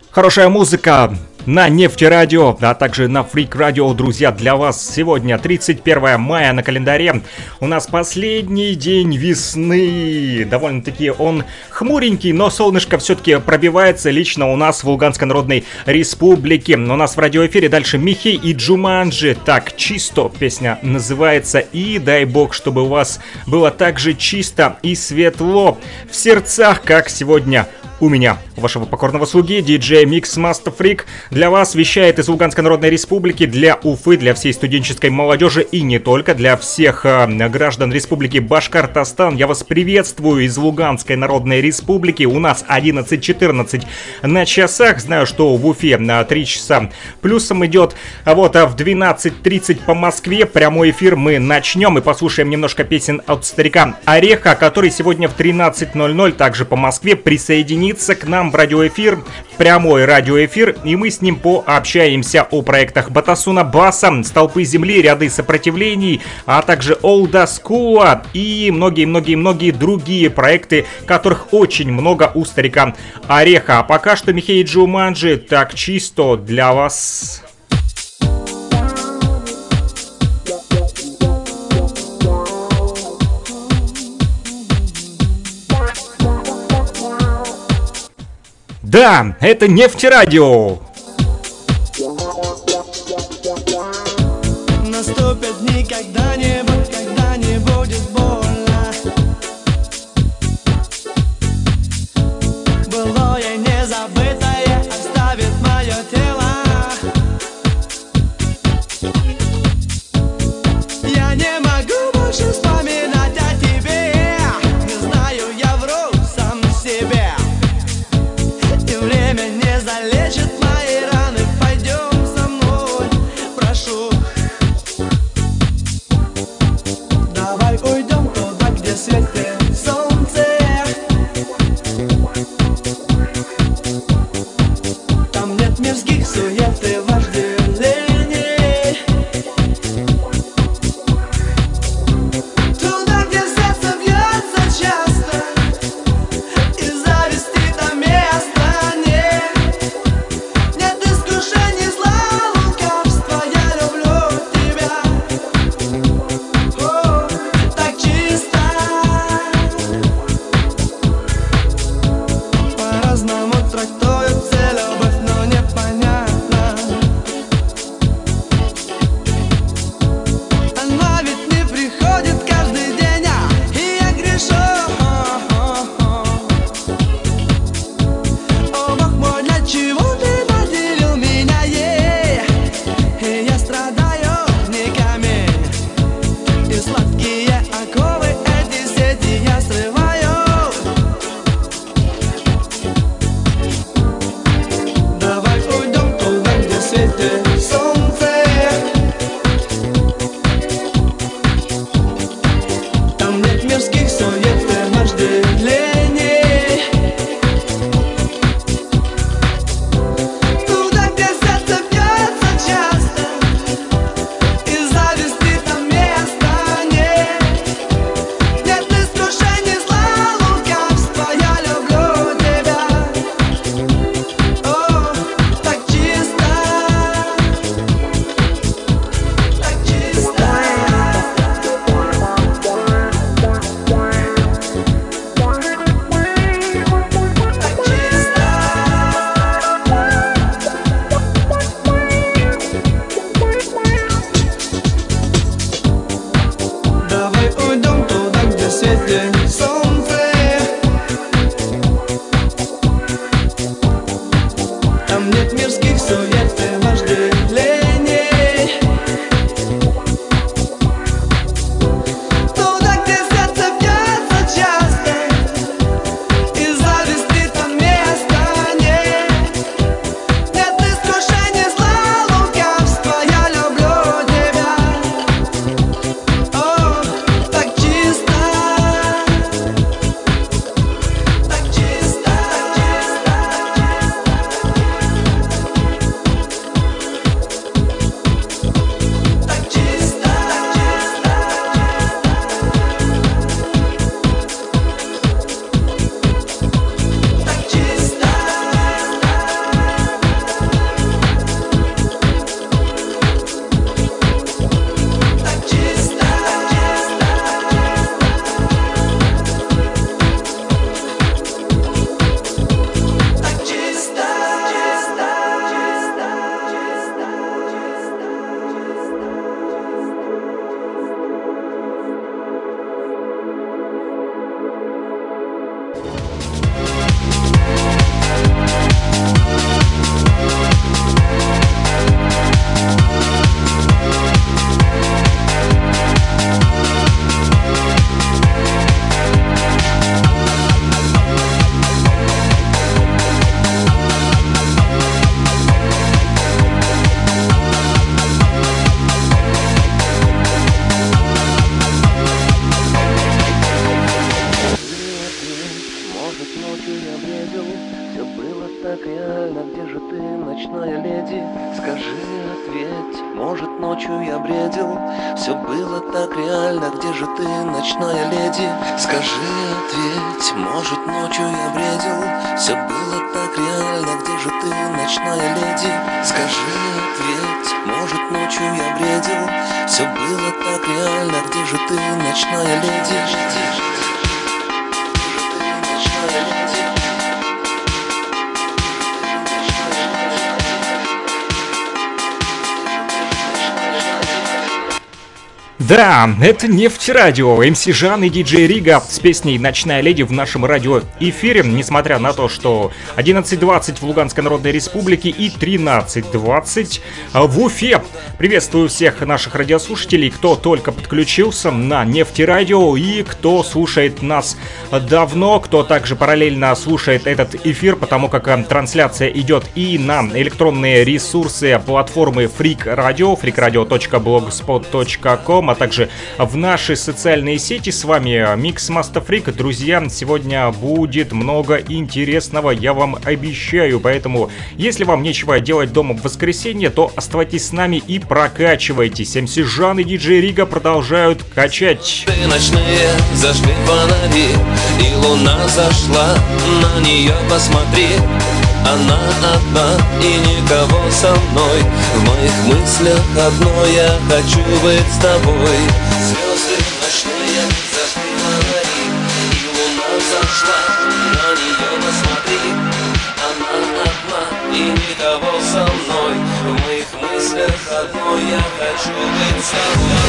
Хорошая музыка на Нефтерадио, а также на Freak Radio, друзья, для вас сегодня 31 мая на календаре. У нас последний день весны. Довольно-таки он хмуренький, но солнышко все-таки пробивается лично у нас в Луганской Народной Республике. У нас в радиоэфире дальше Михей и Джуманджи. Так чисто песня называется. И дай бог, чтобы у вас было так же чисто и светло в сердцах, как сегодня у меня, у вашего покорного слуги, диджей Mix Master Freak, для вас вещает из Луганской Народной Республики, для Уфы, для всей студенческой молодежи и не только, для всех граждан Республики Башкортостан. Я вас приветствую из Луганской Народной Республики. У нас 11:14 на часах. Знаю, что в Уфе на 3 часа плюсом идет. А вот в 12:30 по Москве прямой эфир мы начнем и послушаем немножко песен от старика Ореха, который сегодня в 13:00 также по Москве присоединится к нам в радиоэфир, прямой радиоэфир, и мы с ним пообщаемся о проектах Батасуна Баса, Столпы Земли, Ряды Сопротивлений, а также Олда Скула и многие-многие-многие другие проекты, которых очень много у старика Ореха. А пока что Михей Джуманджи, так чисто для вас. Да, это Нефтерадио. Наступят дни, когда не будет больно. Былое незабытое оставит мое тело. Я не могу больше вспоминать о тебе. Не знаю, я вру сам себе. Время не залечит мои бредил, все было так реально. Где же ты, ночная леди? Скажи, ответь, может ночью я бредил? Все было так реально. Где же ты, ночная леди? Скажи, ответь, может ночью я бредил? Все было так реально. Где же ты, ночная леди? Скажи, ответь, может ночью я бредил? Все было так реально. Где же ты, ночная леди? Да, это Нефтерадио, МС Жан и диджей Рига с песней «Ночная леди» в нашем радиоэфире, несмотря на то, что 11:20 в Луганской Народной Республике и 13:20 в Уфе. Приветствую всех наших радиослушателей, кто только подключился на Нефтерадио и кто слушает нас давно, кто также параллельно слушает этот эфир, потому как трансляция идет и на электронные ресурсы платформы Freak Radio, freakradio.blogspot.com, а также в наши социальные сети. С вами Mix Master Freak. Друзья, сегодня будет много интересного, я вам обещаю. Поэтому, если вам нечего делать дома в воскресенье, то оставайтесь с нами и прокачивайтесь. МС Жан и диджей Рига продолжают качать. Ночные зажгли фонари, и луна зашла, на нее посмотри. Она одна и никого со мной. В моих мыслях одно, я хочу быть с тобой. Звезды ночные зажгли фонари, и луна зашла, на нее посмотри. Она одна и никого со мной. В моих мыслях одно, я хочу быть с тобой.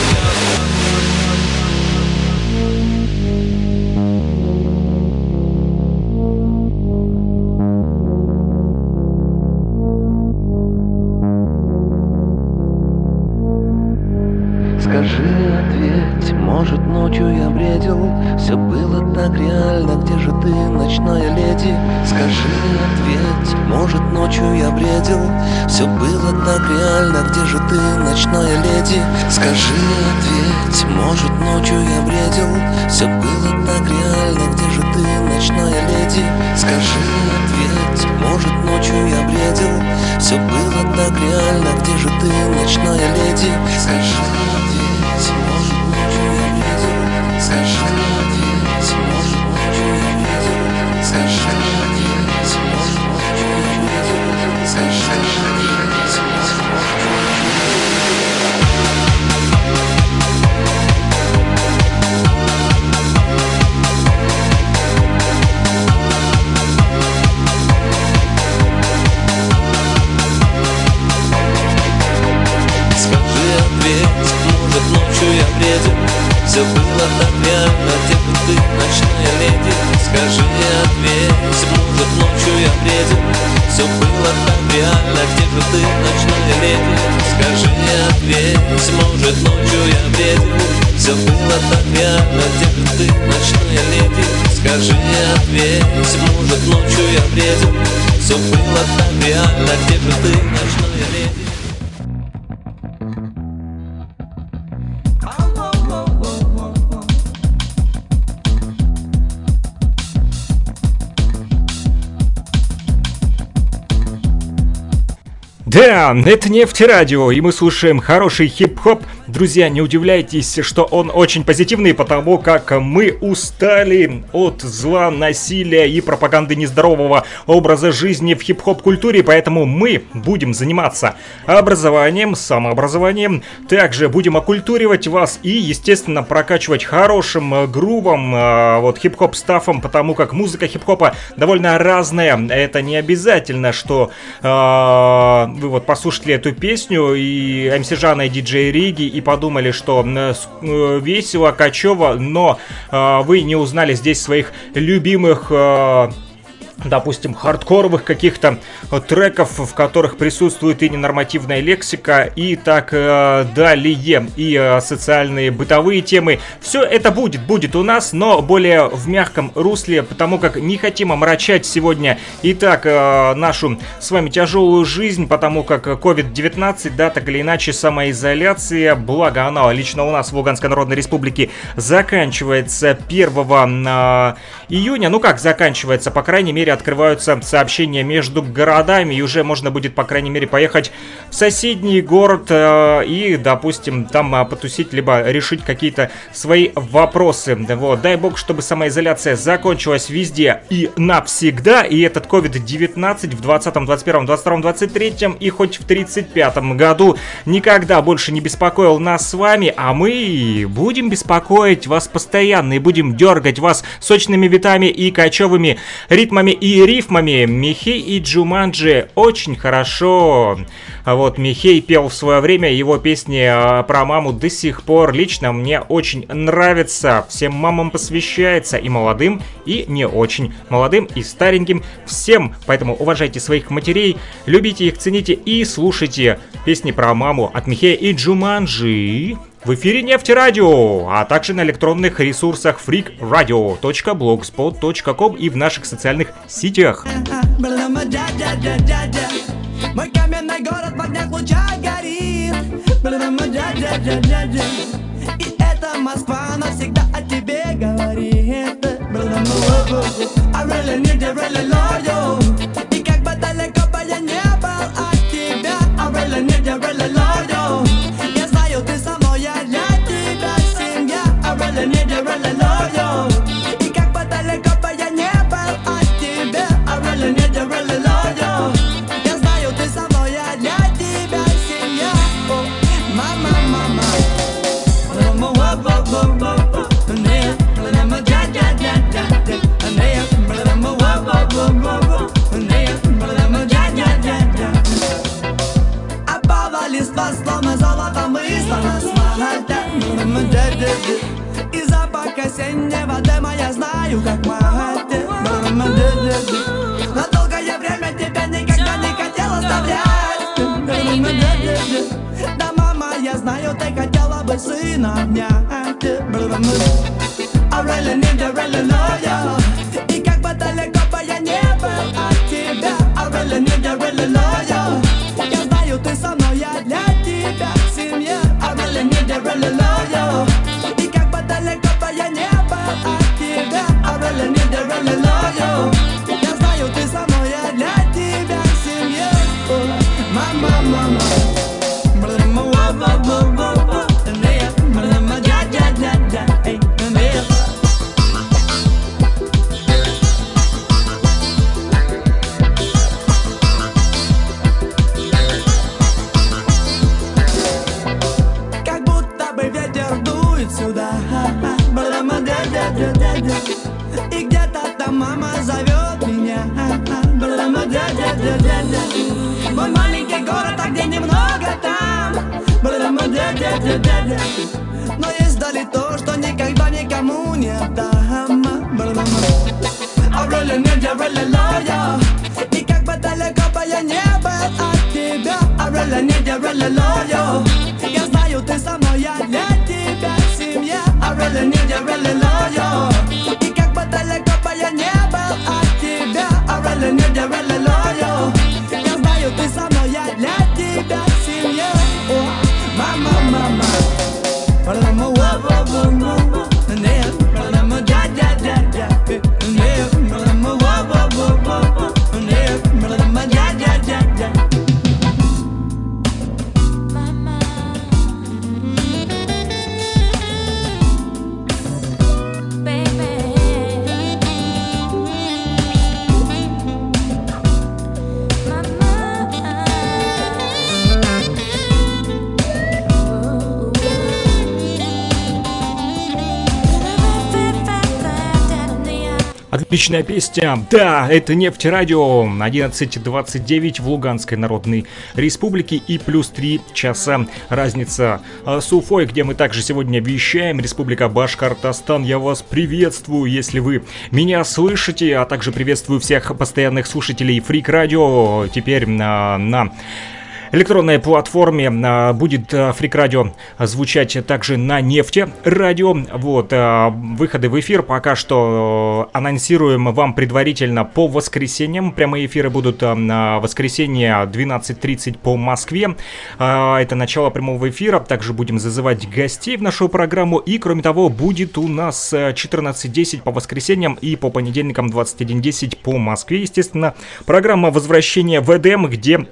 Скажи, ответь, может ночью я бредил? Все было так реально. Где же ты, ночная леди? Скажи, ответь, может ночью я бредил? Все было так реально. Где же ты, ночная леди? Скажи, ответь, может ночью я бредил? Все было так реально. Где же ты, ночная леди? Скажи, ответь, может ночью я бредил? Все было так реально. Где же ты, ночная леди? Скажи, может ночью я бредил? Скажи, ответь, может ночью я бредил? Скажи, ответь, может ночью я бредил? Скажи, ответь, может ночью я бредил? Все было так реально. Где бы ты, ночная леди? Скажи, ответь, может ночью я бредил? Все было так реально. Где же ты, ночная леди? Скажи, ответь, может ночью я бредил? Все было так реально. Где же ты, ночная леди? Скажи, ответь, может ночью я бредил? Все было так реально. Где же ты, ночная леди? Да, это Нефтерадио, и мы слушаем хороший хип-хоп. Друзья, не удивляйтесь, что он очень позитивный, потому как мы устали от зла, насилия и пропаганды нездорового образа жизни в хип-хоп-культуре, поэтому мы будем заниматься образованием, самообразованием, также будем окультуривать вас и, естественно, прокачивать хорошим грувом, вот хип-хоп-стафом, потому как музыка хип-хопа довольно разная. Это не обязательно, что вы вот послушали эту песню и МС Жана и диджей Риги и подумали, что весело, качево, но вы не узнали здесь своих любимых допустим, хардкоровых каких-то треков, в которых присутствует и ненормативная лексика, и так далее, и социальные бытовые темы. Все это будет у нас, но более в мягком русле, потому как не хотим омрачать сегодня и так нашу с вами тяжелую жизнь, потому как COVID-19, да, так или иначе, самоизоляция, благо она лично у нас в Луганской Народной Республике заканчивается 1 июня, ну как заканчивается, по крайней мере, мере, открываются сообщения между городами, и уже можно будет, по крайней мере, поехать в соседний город и, допустим, там потусить, либо решить какие-то свои вопросы. Вот. Дай бог, чтобы самоизоляция закончилась везде и навсегда, и этот COVID-19 в 20, 21, 22, 23 и хоть в 35 году никогда больше не беспокоил нас с вами, а мы будем беспокоить вас постоянно и будем дергать вас сочными битами и кочевыми ритмами и рифмами. Михей и Джуманджи очень хорошо. А вот Михей пел в свое время, его песни про маму до сих пор лично мне очень нравятся. Всем мамам посвящается, и молодым, и не очень молодым, и стареньким, всем. Поэтому уважайте своих матерей, любите их, цените и слушайте песни про маму от Михея и Джуманджи. В эфире Нефтерадио, а также на электронных ресурсах freakradio.blogspot.com и в наших социальных сетях. Мой каменный город в огнях лучах горит. И это Москва навсегда о тебе говорит. I really need you, really love you. И как бы далеко бы я не был от тебя, I really need you, really love you. Я знаю, ты со мной, я для тебя семья, I really need you, really love you. И как бы далеко бы я не был от тебя, I really need you, really love you. Я знаю, ты со мной, я для тебя семья. Мама, мама. Опала листва, словно золото выслано асфальта. И запах осеннего дыма я знаю, как мать. На долгое время тебя никогда не хотела оставлять. Да, мама, я знаю, ты хотела бы сына обнять. I really need you, really love you. И как бы далеко бы я не был от тебя, I really need you, really love you. Я знаю, ты со мной, я для тебя семья, I really need you, really love you. И как бы далеко бы я не был от тебя, I really need you, really love you. Я знаю, ты со мной, я для тебя семья. Мама, мама. Как будто бы ветер дует сюда, и где-то там мама зовет меня. Мой маленький город, а где немного там. Но есть вдали то, что никогда никому не отдам. I really need you, really love you. И как бы далеко бы я не был от тебя, I really need you, really love you. Я знаю, ты со мной, я для тебя семья, I really need you, really love you. И как бы далеко бы я не был от тебя, I really need you, really love you. Я знаю, ты со мной, я для тебя семья. Мама, мама. Отличная песня. Да, это Нефтерадио. 11:29 в Луганской Народной Республике и плюс 3 часа разница с Уфой, где мы также сегодня вещаем. Республика Башкортостан. Я вас приветствую, если вы меня слышите, а также приветствую всех постоянных слушателей Freak Radio. Теперь на электронной платформе будет Freak Radio звучать также на Нефти Радио. Вот, выходы в эфир пока что анонсируем вам предварительно по воскресеньям. Прямые эфиры будут на воскресенье 12:30 по Москве. Это начало прямого эфира. Также будем зазывать гостей в нашу программу. И, кроме того, будет у нас 14:10 по воскресеньям и по понедельникам 21:10 по Москве. Естественно, программа «Возвращение в Эдем», где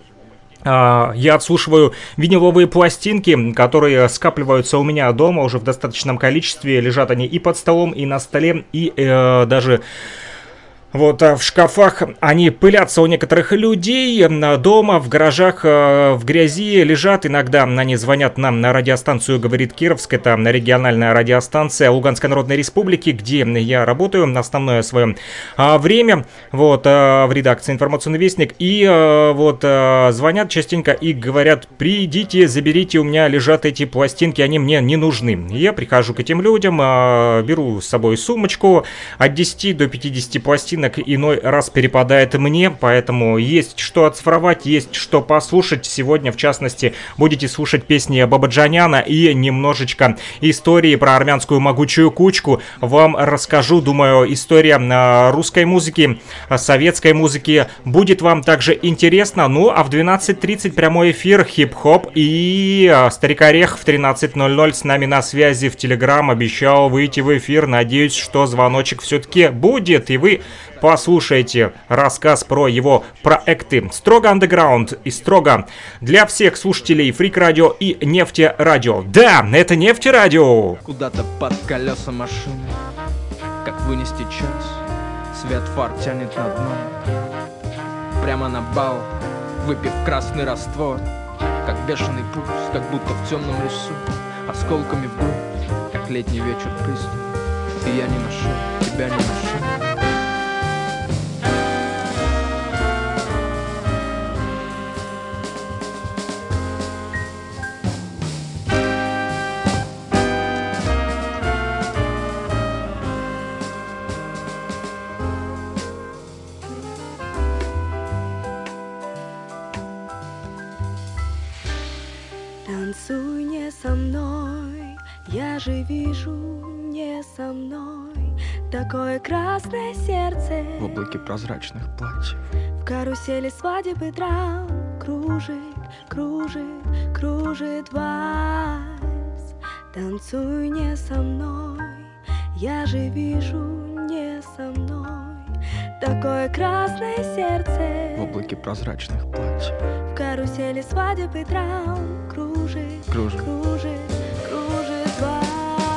я отслушиваю виниловые пластинки, которые скапливаются у меня дома уже в достаточном количестве. Лежат они и под столом, и на столе, и даже... Вот в шкафах они пылятся у некоторых людей, дома, в гаражах, в грязи лежат. Иногда они звонят нам на радиостанцию «Говорит Кировск». Это региональная радиостанция Луганской Народной Республики, где я работаю на основное свое время, вот, в редакции «Информационный вестник». И вот звонят частенько и говорят: придите, заберите, у меня лежат эти пластинки, они мне не нужны. Я прихожу к этим людям, беру с собой сумочку, от 10 до 50 пластин иной раз перепадает мне, поэтому есть что оцифровать, есть что послушать. Сегодня, в частности, будете слушать песни Бабаджаняна и немножечко истории про армянскую могучую кучку. Вам расскажу, думаю, история русской музыки, советской музыки будет вам также интересно. Ну, а в 12:30 прямой эфир хип-хоп и Старик Орех в 13:00 с нами на связи в Телеграм. Обещал выйти в эфир, надеюсь, что звоночек все-таки будет, и вы послушайте рассказ про его проекты. Строго андеграунд и строго для всех слушателей Freak Radio и Нефти Радио. Да, это Нефти Радио. Куда-то под колеса машины, как вынести час, свет фар тянет на дно. Прямо на бал, выпив красный раствор, как бешеный пульс, как будто в темном лесу, осколками в грудь, как летний вечер приступ. И я не нашел, тебя не нашел. Танцуй не со мной, я же вижу не со мной. Такое красное сердце В облаке прозрачных платьев, в карусели свадеб и драм. Кружит, кружит, кружит вальс. Танцуй не со мной, я же вижу не со мной. Такое красное сердце в облаке прозрачных платьев, в карусели свадеб и драм. Кружит, кружит, кружит, кружит вальс.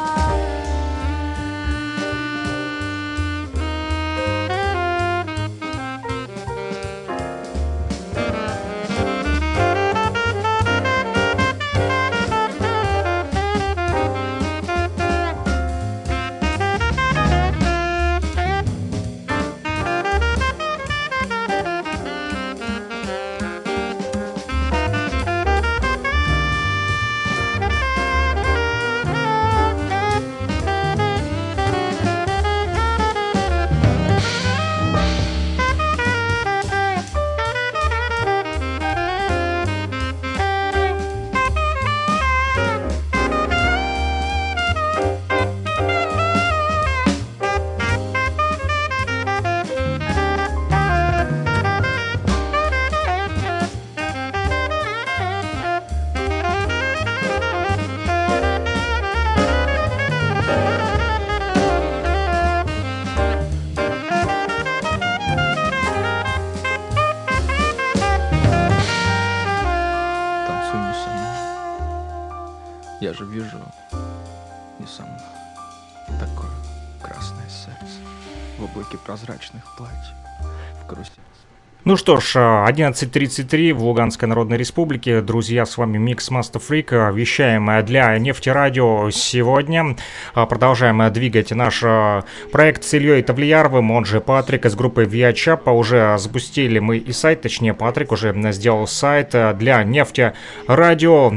Я же вижу не со мной такое красное сердце в облаке прозрачных платьев, в карусели. Ну что ж, 11:33 в Луганской Народной Республике. Друзья, с вами Mix Master Freak. Вещаем для Нефти Радио сегодня. Продолжаем двигать наш проект с Ильей Тавлияровым, он же Патрик из группы Виачапа. Уже запустили мы и сайт, точнее Патрик уже сделал сайт для Нефти Радио,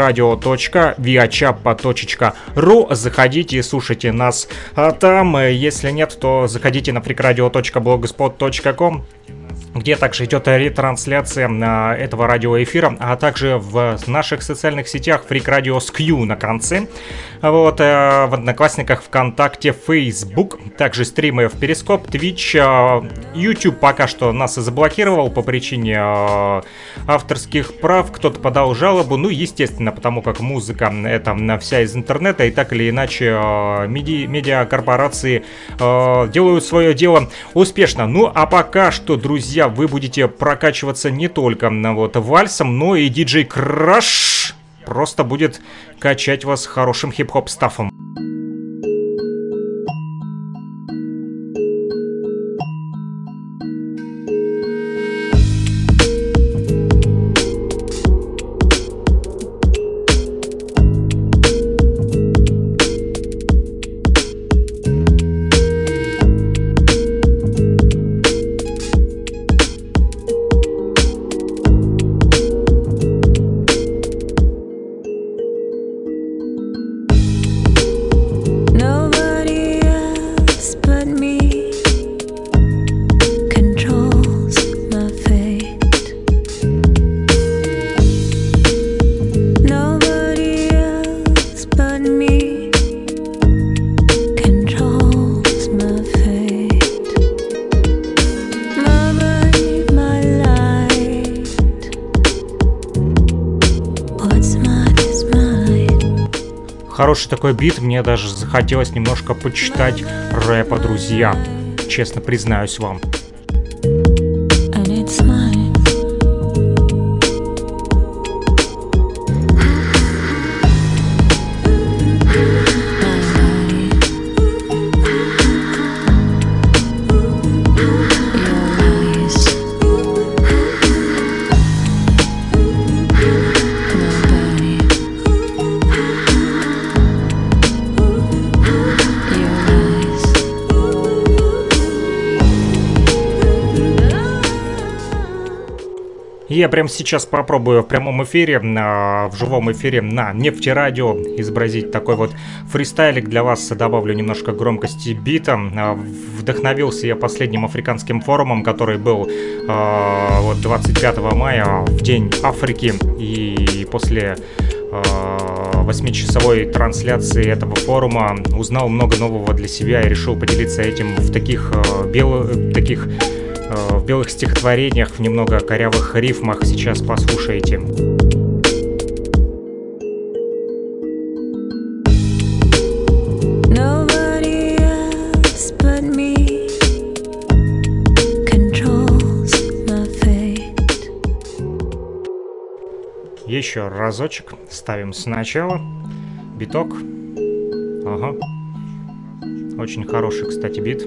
nefteradio.viachapa.ru. Заходите и слушайте нас там. Если нет, то заходите на freakradio.blogspot.com. где также идет ретрансляция этого радиоэфира, а также в наших социальных сетях Freak Radio с Q на конце. Вот, в Одноклассниках, ВКонтакте, Facebook, также стримы в Перископ, Twitch, YouTube пока что нас и заблокировал по причине авторских прав, кто-то подал жалобу, ну, естественно, потому как музыка это вся из интернета, и так или иначе медиакорпорации делают свое дело успешно. Ну, а пока что, друзья, вы будете прокачиваться не только вот вальсом, но и DJ Crash просто будет качать вас хорошим хип-хоп стафом. Хороший такой бит, мне даже захотелось немножко почитать рэпа, друзья. Честно признаюсь вам. Я прямо сейчас попробую в прямом эфире, в живом эфире на Нефтерадио изобразить такой вот фристайлик для вас. Добавлю немножко громкости бита. Вдохновился я последним африканским форумом, который был вот 25 мая, в День Африки. И после 8-часовой трансляции этого форума узнал много нового для себя и решил поделиться этим в таких в белых стихотворениях, в немного корявых рифмах. Сейчас послушайте. Еще разочек. Ставим сначала. Биток. Ага. Очень хороший, кстати, бит.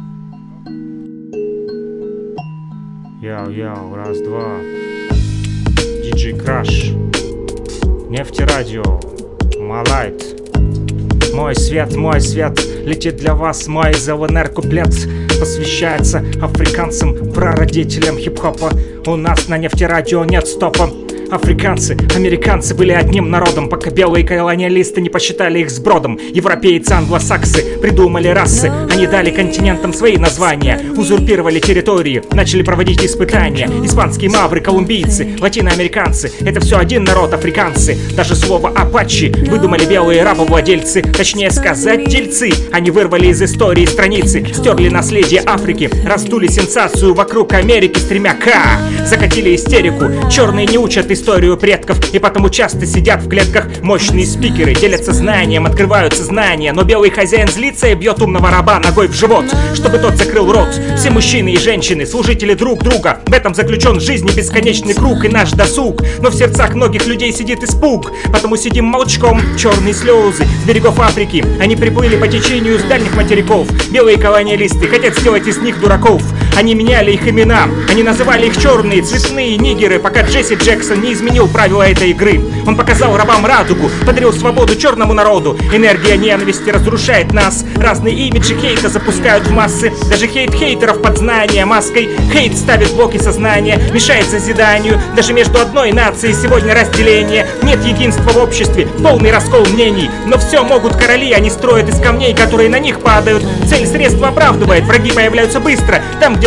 Яу-яу, раз-два. DJ Crash. Нефтерадио. Малайт. Мой свет, летит для вас мой ЗЛНР-куплет. Посвящается африканцам, прародителям хип-хопа. У нас на Нефтерадио нет стопа. Африканцы, американцы были одним народом, пока белые колониалисты не посчитали их сбродом. Европейцы, англосаксы придумали расы, они дали континентам свои названия, узурпировали территории, начали проводить испытания. Испанские мавры, колумбийцы, латиноамериканцы — это все один народ, африканцы. Даже слово «апачи» выдумали белые рабовладельцы, точнее сказать, дельцы. Они вырвали из истории страницы, стерли наследие Африки, раздули сенсацию вокруг Америки с 3К. Закатили истерику, черные не учат историю предков, и потому часто сидят в клетках. Мощные спикеры делятся знанием, открывают сознание, но белый хозяин злится и бьет умного раба ногой в живот, чтобы тот закрыл рот. Все мужчины и женщины, служители друг друга, в этом заключен в жизни бесконечный круг и наш досуг. Но в сердцах многих людей сидит испуг, потому сидим молчком. Черные слезы с берегов Африки, они приплыли по течению с дальних материков. Белые колониалисты хотят сделать из них дураков. Они меняли их имена, они называли их черные, цветные нигеры, пока Джесси Джексон не изменил правила этой игры. Он показал рабам радугу, подарил свободу черному народу. Энергия ненависти разрушает нас, разные имиджи хейта запускают в массы. Даже хейт хейтеров под знание маской. Хейт ставит блоки сознания, мешает созиданию. Даже между одной нацией сегодня разделение. Нет единства в обществе, полный раскол мнений. Но все могут короли, они строят из камней, которые на них падают. Цель средства оправдывает, враги появляются быстро, там, где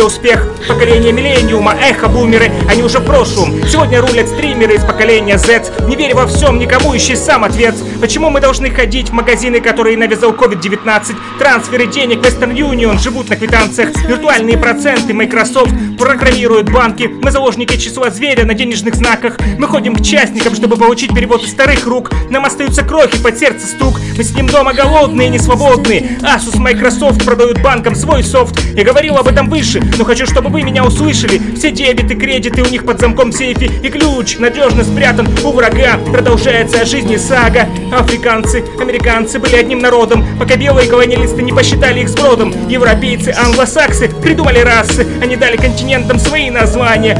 успех. Поколение миллениума, эхо, бумеры, они уже в прошлом. Сегодня рулят стримеры из поколения Z. Не веря во всем, никому ищи сам ответ. Почему мы должны ходить в магазины, которые навязал COVID-19? Трансферы денег Western Union живут на квитанциях. Виртуальные проценты Microsoft программируют банки. Мы заложники числа зверя на денежных знаках. Мы ходим к частникам, чтобы получить перевод из старых рук. Нам остаются крохи, под сердце стук. Мы сидим дома голодные, не свободные. Asus, Microsoft продают банкам свой софт. Я говорил об этом выше, но хочу, чтобы вы меня услышали. Все дебеты, кредиты у них под замком в сейфе. И ключ надежно спрятан у врага. Продолжается о жизни сага. Африканцы, американцы были одним народом, пока белые колониалисты не посчитали их сбродом. Европейцы, англосаксы придумали расы. Они дали континентам свои названия.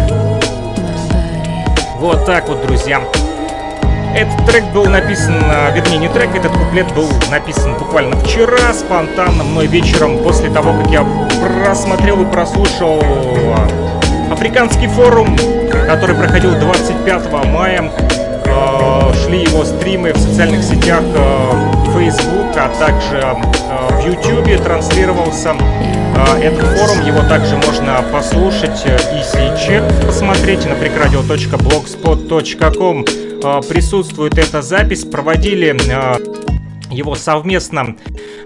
Вот так вот, друзья. Этот трек был написан, вернее не трек, этот куплет был написан буквально вчера, спонтанно, мной вечером, после того, как я просмотрел и прослушал африканский форум, который проходил 25 мая. Шли его стримы в социальных сетях Facebook, а также в YouTube транслировался этот форум. Его также можно послушать и сейчас посмотреть на freakradio.blogspot.com. Присутствует эта запись. Проводили его совместно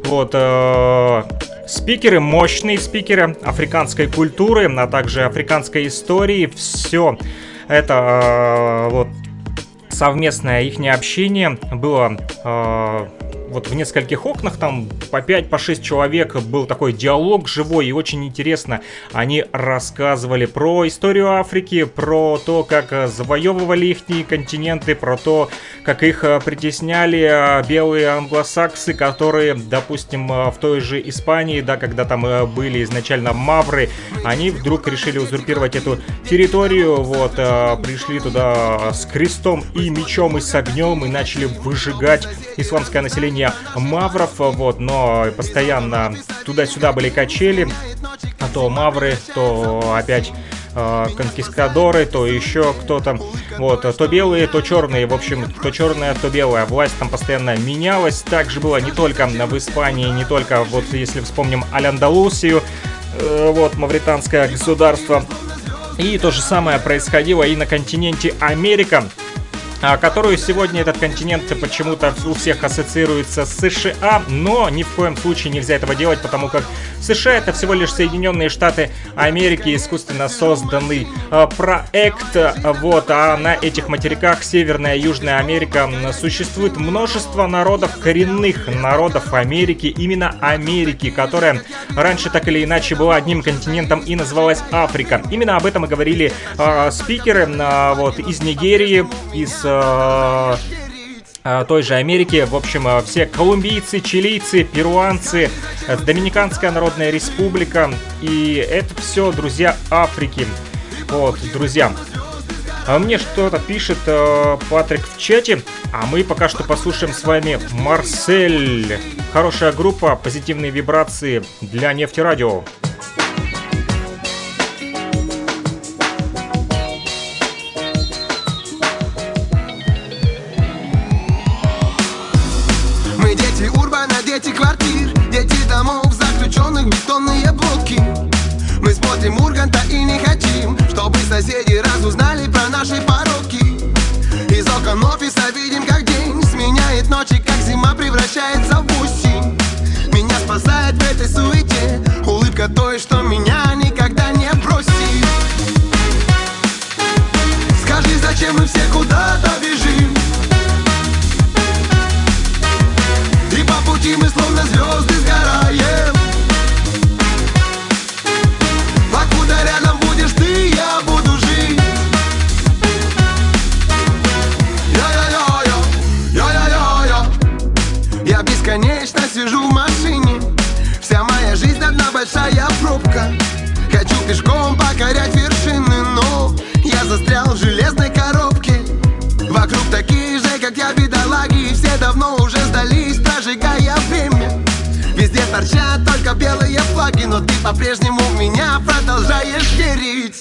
спикеры, мощные спикеры африканской культуры, а также африканской истории. Все это совместное ихнее общение было в нескольких окнах, там по 5-6 человек, был такой диалог живой и очень интересно. Они рассказывали про историю Африки, про то, как завоевывали их континенты, про то, как их притесняли белые англосаксы, которые, допустим, в той же Испании, да, когда там были изначально мавры, они вдруг решили узурпировать эту территорию, пришли туда с крестом и мечом и с огнем и начали выжигать исламское население мавров, но постоянно туда-сюда были качели, то мавры, то опять конкистадоры, то еще кто-то, то белые, то черные, в общем, то черная, то белая. Власть там постоянно менялась. Также было не только в Испании, не только, если вспомним Аль-Андалусию, мавританское государство. И то же самое происходило и на континенте Америка, которую сегодня этот континент почему-то у всех ассоциируется с США, но ни в коем случае нельзя этого делать, потому как США — это всего лишь Соединенные Штаты Америки, искусственно созданный проект, а на этих материках Северная и Южная Америка существует множество народов, коренных народов Америки, именно Америки, которая раньше так или иначе была одним континентом и называлась Африка. Именно об этом и говорили спикеры из Нигерии, из той же Америки, в общем, все колумбийцы, чилийцы, перуанцы, Доминиканская Народная Республика, и это все, друзья, Африки. Друзья, мне что-то пишет Патрик в чате, а мы пока что послушаем с вами Марсель. Хорошая группа, позитивные вибрации для Нефтерадио. Дети квартир, дети домов, заключенных в бетонные блоки. Мы смотрим Урганта и не хотим, чтобы соседи разузнали про наши пороки. Из окон офиса видим, как день сменяет ночи, как зима превращается в осень. Меня спасает в этой суете улыбка той, что меня никогда не бросит. Скажи, зачем мы все куда-то бежим? И по пути мы словно звезды сгораем. Покуда рядом будешь ты, я буду жить. Я бесконечно сижу в машине. Вся моя жизнь одна большая пробка. Хочу пешком покорять вершины, но я застрял в железной коробке. Вокруг такие же, как я, бедолаги, и все давно уже сдались, прожигая время. Везде торчат только белые флаги, но ты по-прежнему в меня продолжаешь верить.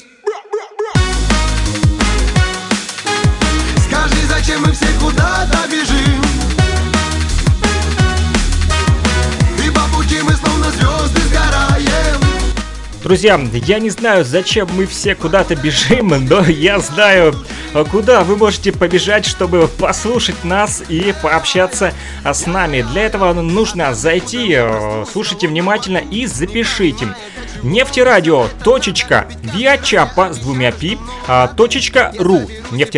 Скажи, зачем мы все куда-то бежим? И по пути мы словно звезды сгораем. Друзья, я не знаю, зачем мы все куда-то бежим, но я знаю, куда вы можете побежать, чтобы послушать нас и пообщаться с нами. Для этого нужно зайти, слушайте внимательно и запишите. Нефтерадио.viachappa с двумя пи .ру.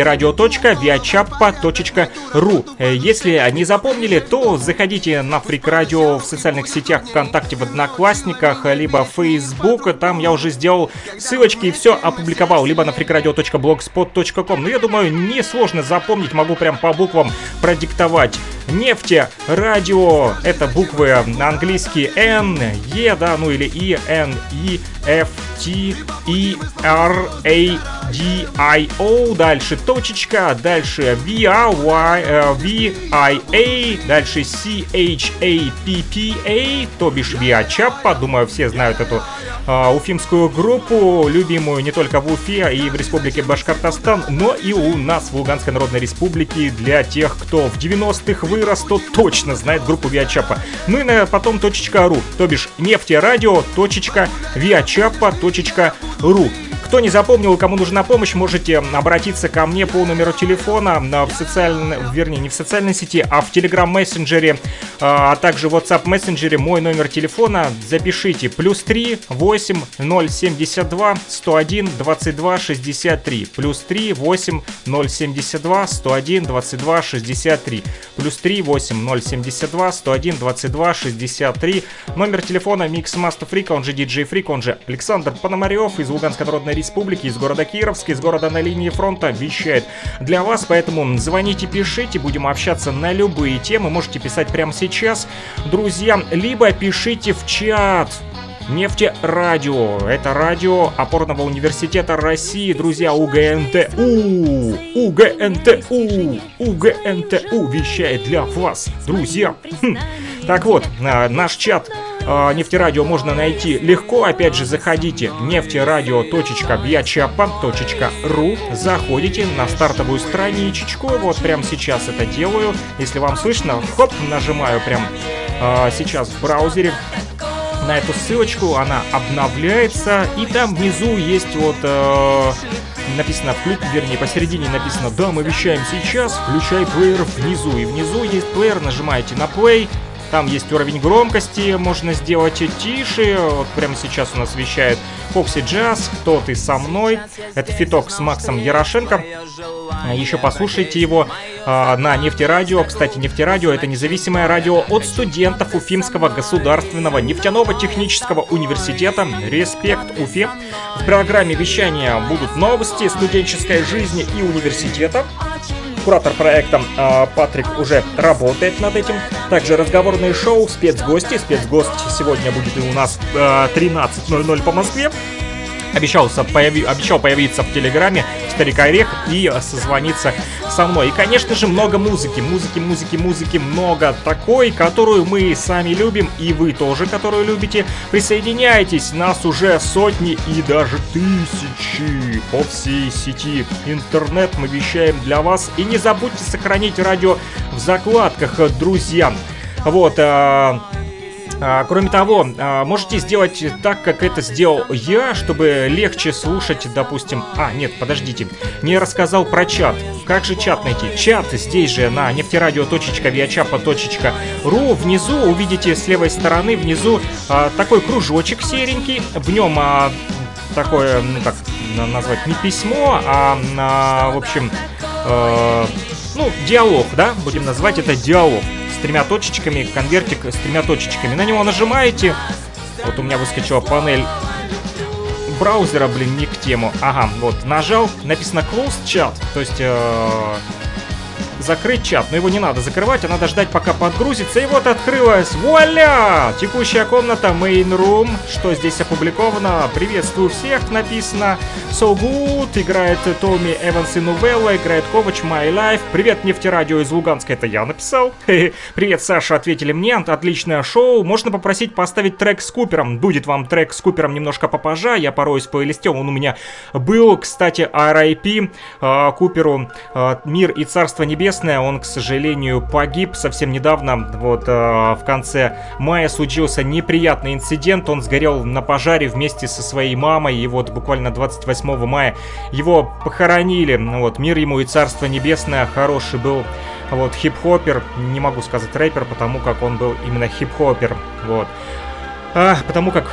Нефтерадио.viachappa.ру. Если не запомнили, то заходите на Freak Radio в социальных сетях ВКонтакте, в Одноклассниках, либо Facebook. Там я уже сделал ссылочки и все опубликовал. Либо на freakradio.blogspot.com. Но я думаю, несложно запомнить, могу прям по буквам продиктовать. Нефтерадио, это буквы английские N, E, да, ну или E, N, E, F, T, E, R, A, D, I, O, дальше точечка, дальше V, Y, V, I, A, дальше C, H, A, P, P, A, то бишь Viachappa. Думаю, все знают эту уфимскую группу, любимую не только в Уфе и в Республике Башкортостан, но и у нас в Луганской Народной Республике. Для тех, кто в 90-х вырос, то точно знает группу Viachappa. Ну и потом .ру, то бишь нефтерадио.viachappa.ру. Кто не запомнил, кому нужна помощь, можете обратиться ко мне по номеру телефона в не в социальной сети, а в Telegram мессенджере, а также в WhatsApp мессенджере. Мой номер телефона запишите: +3 8 072 101 22 63, +3 8 072 101 22 63, +3 8 072 101 22 63. Номер телефона Mixmaster Freak, он же DJ Freak, он же Александр Пономарев из Луганской Народной Республики, из города Кировска, из города на линии фронта, вещает для вас. Поэтому звоните, пишите, будем общаться на любые темы. Можете писать прямо сейчас, друзья, либо пишите в чат. Нефтерадио. Это радио опорного университета России, друзья, УГНТУ. УГНТУ вещает для вас, друзья. Так вот, наш чат Нефтерадио можно найти легко. Опять же, заходите нефтерадио.viachappa.ру, заходите на стартовую страничечку. Вот прямо сейчас это делаю. Если вам слышно, хоп, нажимаю прям сейчас в браузере на эту ссылочку, она обновляется, и там внизу есть вот написано, вернее, посередине написано: да, мы вещаем сейчас, включай плеер внизу. И внизу есть плеер, нажимаете на play. Там есть уровень громкости, можно сделать тише. Вот прямо сейчас у нас вещает Фокси Джаз, «Кто ты со мной». Это фиток с Максом Ярошенко. Еще послушайте его на Нефтерадио. Кстати, Нефтерадио — это независимое радио от студентов Уфимского государственного нефтяного технического университета. Респект Уфе. В программе вещания будут новости студенческой жизни и университета. Куратор проекта Патрик уже работает над этим. Также разговорные шоу, спецгости. Спецгость сегодня будет и у нас 13:00 по Москве. Обещал появиться в Телеграме Старик Орех и созвониться со мной. И, конечно же, много музыки. Музыки много такой, которую мы сами любим, и вы тоже, которую любите. Присоединяйтесь, нас уже сотни и даже тысячи по всей сети интернет. Мы вещаем для вас. И не забудьте сохранить радио в закладках, друзья. Вот, кроме того, можете сделать так, как это сделал я, чтобы легче слушать, допустим... нет, подождите, не рассказал про чат. Как же чат найти? Чат здесь же на нефтерадио.viachappa.ру. Внизу увидите с левой стороны, внизу такой кружочек серенький. В нем такое, ну как назвать, не письмо, в общем, диалог, да? Будем назвать это диалог. С 3 точечками, конвертик с 3 точечками. На него нажимаете. Вот у меня выскочила панель браузера, не к тему. Ага, вот, нажал, написано close chat, то есть закрыть чат. Но его не надо закрывать, а надо ждать, пока подгрузится. И вот открылась, вуаля! Текущая комната, main room. Что здесь опубликовано? Приветствую всех, написано. So good, играет Томми Эванс и Нувелла, играет Ковач, My Life. Привет, Нефтерадио из Луганска, это я написал. Привет, Саша, ответили мне. Отличное шоу. Можно попросить поставить трек с Купером. Будет вам трек с Купером немножко попозже. Я пороюсь по плейлисте. Он у меня был, кстати, R.I.P. Куперу. Мир и царство небесное. Небесная. Он, к сожалению, погиб совсем недавно. Вот в конце мая случился неприятный инцидент. Он сгорел на пожаре вместе со своей мамой. И вот буквально 28 мая его похоронили. Вот, мир ему и царство небесное. Хороший был вот хип-хопер. Не могу сказать рэпер, потому как он был именно хип-хопер. Вот. Потому как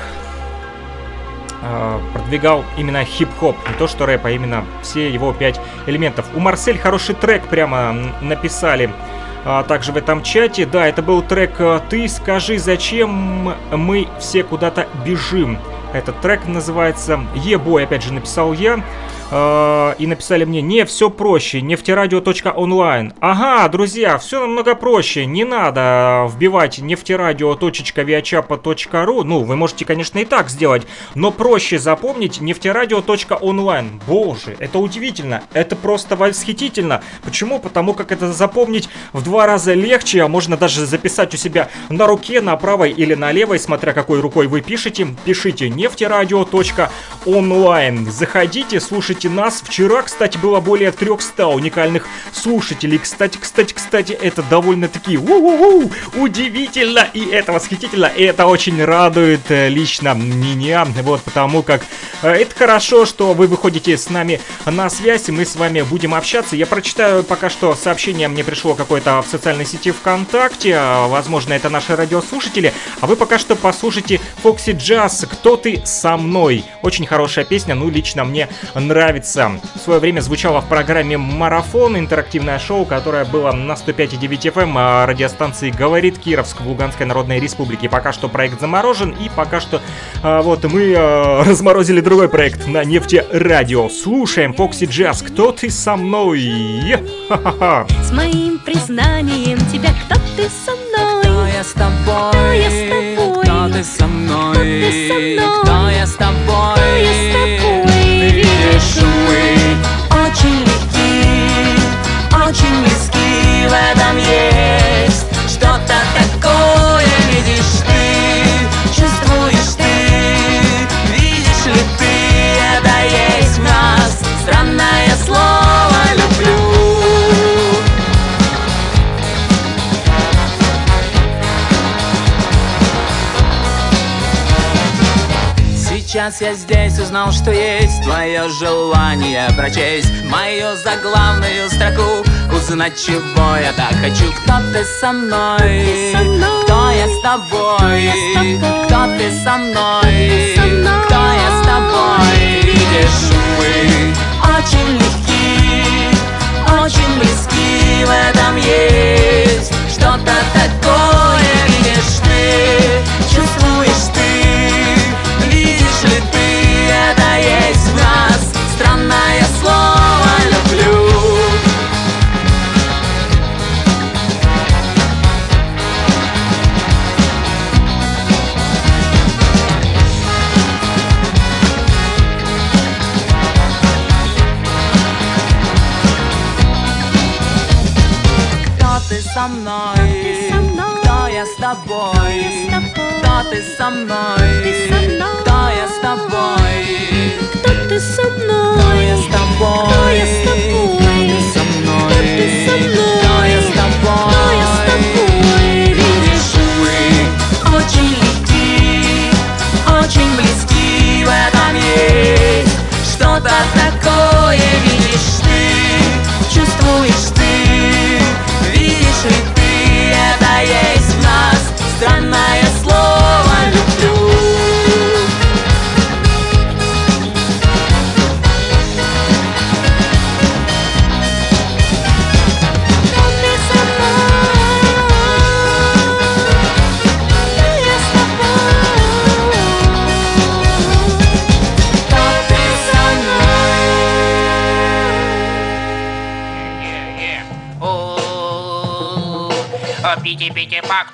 продвигал именно хип-хоп, не то что рэп, а именно все его 5 элементов. У Марсель хороший трек прямо написали также в этом чате. Да, это был трек «Ты скажи, зачем мы все куда-то бежим». Этот трек называется «Е-бой», опять же написал я. И написали мне: не, все проще, нефтерадио.онлайн. Ага, друзья, все намного проще. Не надо вбивать нефтерадио.viachapa.ru. Ну, вы можете, конечно, и так сделать, но проще запомнить нефтерадио.онлайн. Боже, это удивительно, это просто восхитительно. Почему? Потому как это запомнить в 2 раза легче, а можно даже записать у себя на руке, на правой или на левой, смотря какой рукой вы пишете. Пишите нефтерадио.онлайн. Заходите, слушайте нас. Вчера, кстати, было более 300 уникальных слушателей. Кстати, это довольно-таки удивительно, и это восхитительно, и это очень радует лично меня, вот, потому как это хорошо, что вы выходите с нами на связь, и мы с вами будем общаться. Я прочитаю пока что сообщение, мне пришло какое-то в социальной сети ВКонтакте, возможно, это наши радиослушатели, а вы пока что послушайте Foxy Jazz «Кто ты со мной». Очень хорошая песня, ну, лично мне нравится. В свое время звучало в программе «Марафон», интерактивное шоу, которое было на 105,9 FM радиостанции «Говорит Кировск» в Луганской Народной Республике. Пока что проект заморожен, и пока что вот мы разморозили другой проект на Нефтерадио. Слушаем Foxy Jazz «Кто ты со мной?» С моим признанием тебя, кто ты со мной? Кто я с тобой? Кто я с тобой? Кто ты со мной? Кто ты со мной? Кто я с тобой? Кто я с тобой? Видишь, мы очень легки, очень близки, в этом есть что-то такое. Видишь ты, чувствуешь ты, видишь ли ты, это есть в нас странное слово «люблю». Сейчас я здесь узнал, что есть твое желание прочесть мою заглавную строку, узнать, чего я так хочу. Кто ты со мной? Кто я с тобой? Кто ты со мной? Кто я с тобой? Видишь, мы очень легки, очень близки, в этом есть что-то такое. Видишь ты, чувствуешь ты, видишь ли ты, это есть в нас странное слово «люблю». Кто ты со мной? Кто я с тобой? Кто ты со мной? Кто я с тобой? Кто ты со мной? Кто я с тобой? Кто я с тобой? Кто ты со мной? Кто ты со мной? Кто я с тобой? Кто я с тобой? Видишь, мы очень легки, очень близки, в этом есть что-то такое. Видишь ты, чувствуешь ты, видишь ли ты, это есть в нас странное слово «люблю». Пити-пити-пак,